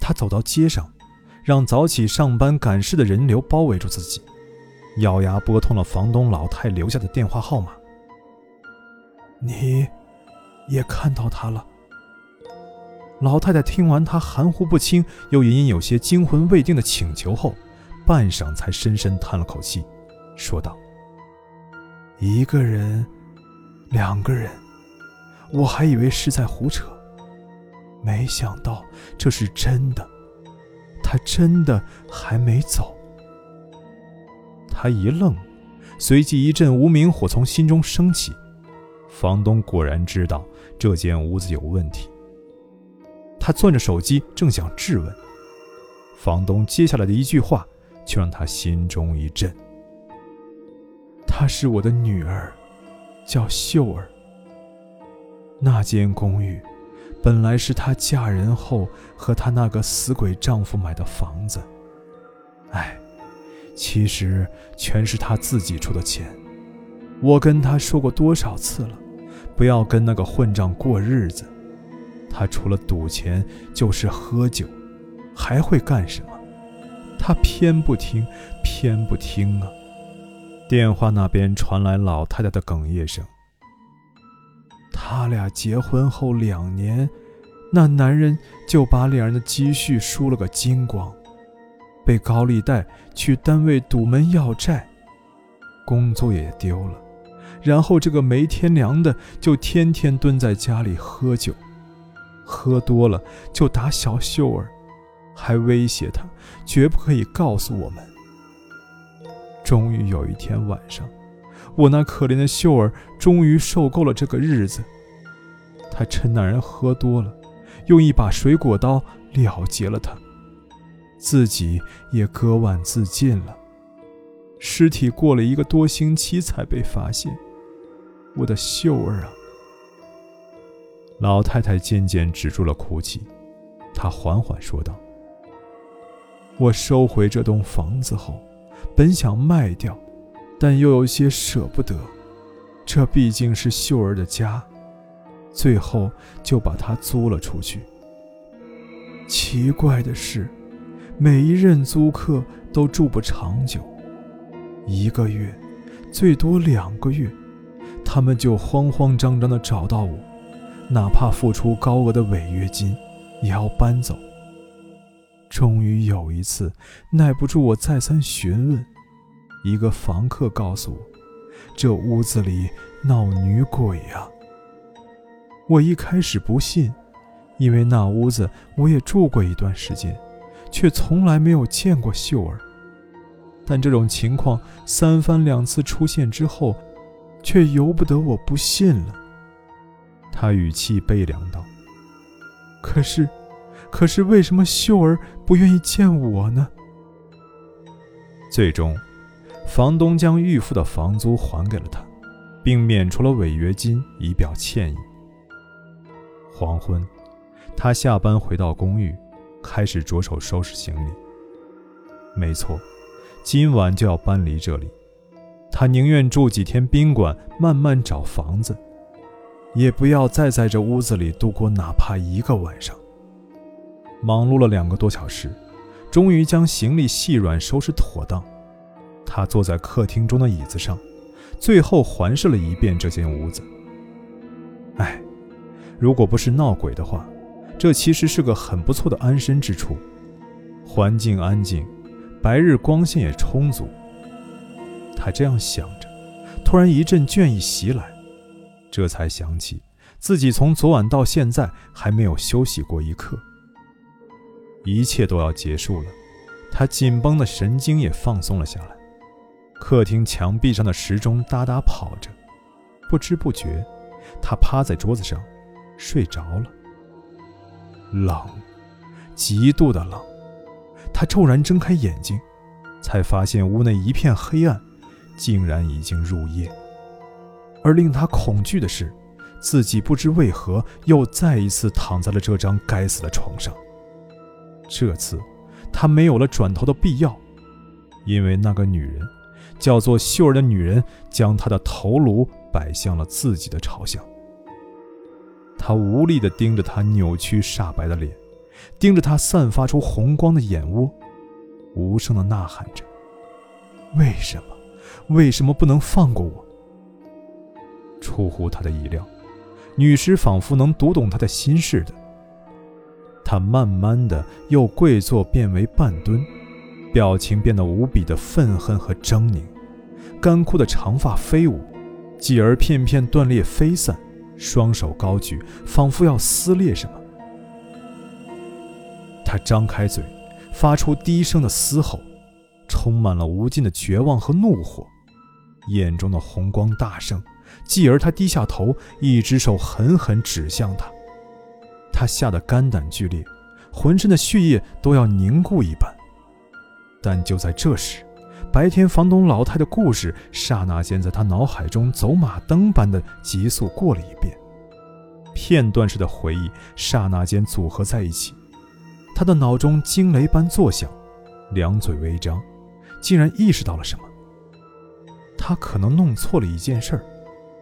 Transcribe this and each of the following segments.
他走到街上，让早起上班赶事的人流包围住自己，咬牙拨通了房东老太留下的电话号码。你也看到他了？老太太听完他含糊不清又隐隐有些惊魂未定的请求后，半晌才深深叹了口气，说道：一个人，2个人，我还以为是在胡扯，没想到这是真的，他真的还没走。他一愣，随即一阵无名火从心中升起，房东果然知道这间屋子有问题。他攥着手机正想质问，房东接下来的一句话却让他心中一震：她是我的女儿，叫秀儿。那间公寓本来是她嫁人后和她那个死鬼丈夫买的房子，其实全是她自己出的钱。我跟她说过多少次了，不要跟那个混账过日子，他除了赌钱就是喝酒，还会干什么？他偏不听啊！电话那边传来老太太的哽咽声。他俩结婚后2年，那男人就把2人的积蓄输了个精光，被高利贷去单位堵门要债，工作也丢了，然后这个没天良的就天天蹲在家里喝酒，喝多了就打小秀儿，还威胁她绝不可以告诉我们。终于有一天晚上，我那可怜的秀儿终于受够了这个日子，她趁那人喝多了，用一把水果刀了结了他，自己也割腕自尽了。尸体过了1个多星期才被发现。我的秀儿啊！老太太渐渐止住了哭泣，她缓缓说道：我收回这栋房子后，本想卖掉，但又有些舍不得，这毕竟是秀儿的家，最后就把它租了出去。奇怪的是，每一任租客都住不长久，1个月，最多2个月，他们就慌慌张张地找到我，哪怕付出高额的违约金，也要搬走。终于有一次，耐不住我再三询问，一个房客告诉我，这屋子里闹女鬼啊。我一开始不信，因为那屋子我也住过一段时间，却从来没有见过秀儿。但这种情况3番2次出现之后，却由不得我不信了。他语气悲凉道：可是为什么秀儿不愿意见我呢？最终，房东将预付的房租还给了他，并免除了违约金以表歉意。黄昏，他下班回到公寓，开始着手收拾行李。没错，今晚就要搬离这里。他宁愿住几天宾馆，慢慢找房子，也不要再在这屋子里度过哪怕1个晚上。忙碌了2个多小时，终于将行李细软收拾妥当。他坐在客厅中的椅子上，最后环视了一遍这间屋子。如果不是闹鬼的话，这其实是个很不错的安身之处，环境安静，白日光线也充足。他这样想着，突然一阵倦意袭来，这才想起自己从昨晚到现在还没有休息过一刻。一切都要结束了，他紧绷的神经也放松了下来。客厅墙壁上的时钟哒哒跑着，不知不觉，他趴在桌子上睡着了。冷，极度的冷。他骤然睁开眼睛，才发现屋内一片黑暗，竟然已经入夜。而令他恐惧的是，自己不知为何又再一次躺在了这张该死的床上。这次他没有了转头的必要，因为那个女人，叫做秀儿的女人，将她的头颅摆向了自己的朝向。他无力地盯着她扭曲煞白的脸， 盯着他散发出红光的眼窝，无声地呐喊着：为什么？为什么不能放过我？出乎他的意料，女尸仿佛能读懂他的心似的。他慢慢地又跪坐变为半蹲，表情变得无比的愤恨和狰狞，干枯的长发飞舞，继而片片断裂飞散，双手高举，仿佛要撕裂什么。他张开嘴，发出低声的嘶吼，充满了无尽的绝望和怒火，眼中的红光大盛，继而他低下头，一只手狠狠指向他。他吓得肝胆俱裂，浑身的血液都要凝固一般。但就在这时，白天房东老太的故事刹那间在他脑海中走马灯般的急速过了一遍，片段式的回忆刹那间组合在一起，他的脑中惊雷般作响，两嘴微张，竟然意识到了什么。他可能弄错了一件事儿。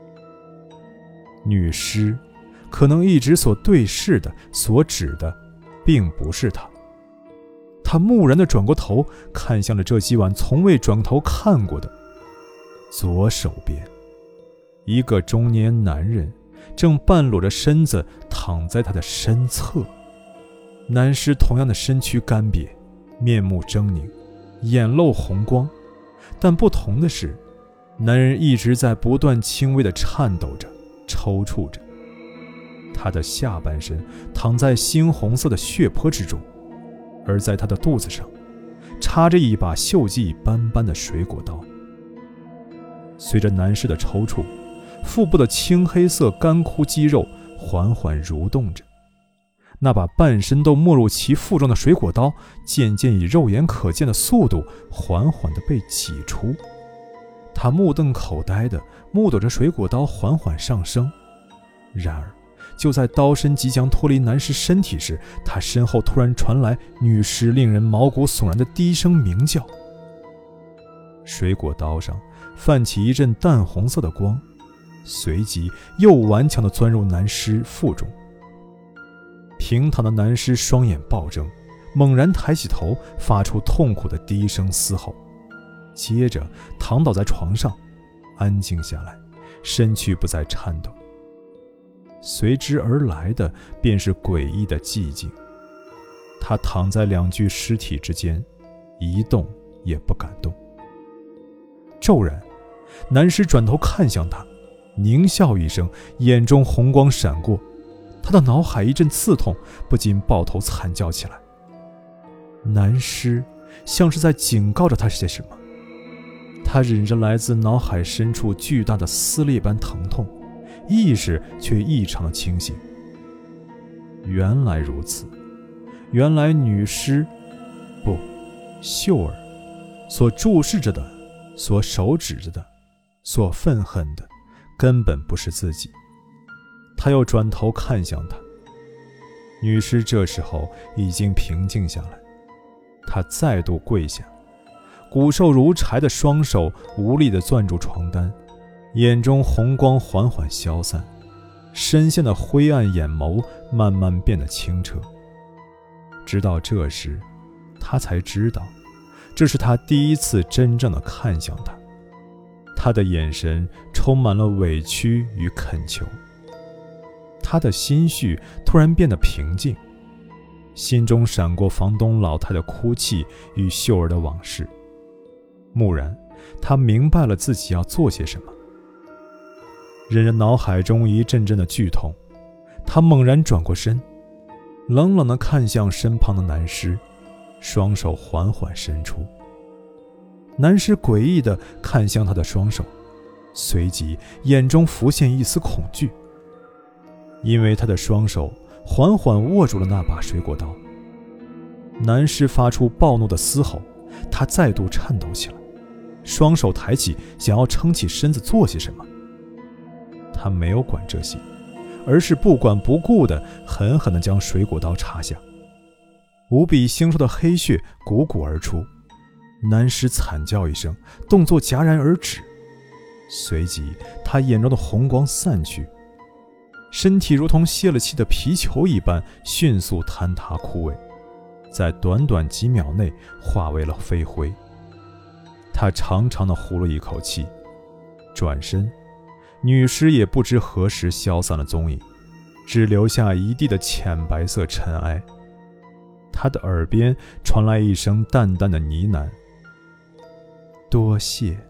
女尸可能一直所对视的、所指的并不是他。他木然地转过头，看向了这几晚从未转头看过的左手边，一个中年男人正半裸着身子躺在他的身侧。男尸同样的身躯干瘪，面目狰狞，眼露红光，但不同的是，男人一直在不断轻微地颤抖着，抽搐着。他的下半身躺在猩红色的血泊之中，而在他的肚子上插着一把锈迹斑斑的水果刀。随着男尸的抽搐，腹部的青黑色干枯肌肉缓缓蠕动着，那把半身都没入其腹中的水果刀渐渐以肉眼可见的速度缓缓地被挤出。他目瞪口呆地目睹着水果刀缓缓上升。然而就在刀身即将脱离男尸身体时，他身后突然传来女尸令人毛骨悚然的低声鸣叫。水果刀上泛起一阵淡红色的光，随即又顽强地钻入男尸腹中。平躺的男尸双眼暴睁，猛然抬起头，发出痛苦的低声嘶吼，接着躺倒在床上，安静下来，身躯不再颤抖。随之而来的便是诡异的寂静。他躺在两具尸体之间，一动也不敢动。骤然，男尸转头看向他，狞笑一声，眼中红光闪过。他的脑海一阵刺痛，不禁抱头惨叫起来。男尸像是在警告着他些什么。他忍着来自脑海深处巨大的撕裂般疼痛，意识却异常的清醒。原来如此，原来女尸，不，秀儿所注视着的，所手指着的，所愤恨的，根本不是自己。他又转头看向他，女尸这时候已经平静下来。他再度跪下，骨瘦如柴的双手无力地攥住床单，眼中红光缓缓消散，深陷的灰暗眼眸慢慢变得清澈。直到这时，他才知道，这是他第一次真正的看向他。他的眼神充满了委屈与恳求。他的心绪突然变得平静，心中闪过房东老太的哭泣与秀儿的往事。蓦然，他明白了自己要做些什么。忍着脑海中一阵阵的剧痛，他猛然转过身，冷冷地看向身旁的男尸，双手缓缓伸出。男尸诡异地看向他的双手，随即眼中浮现一丝恐惧，因为他的双手缓缓握住了那把水果刀。男尸发出暴怒的嘶吼，他再度颤抖起来，双手抬起，想要撑起身子做些什么。他没有管这些，而是不管不顾地狠狠地将水果刀插下。无比腥臭的黑血汩汩而出，男尸惨叫一声，动作戛然而止。随即他眼中的红光散去， 身体如同泄了气的皮球一般迅速坍塌枯萎，在短短几秒内化为了飞灰。他长长的呼了一口气，转身，女尸也不知何时消散了踪影，只留下一地的浅白色尘埃。他的耳边传来一声淡淡的呢喃：多谢。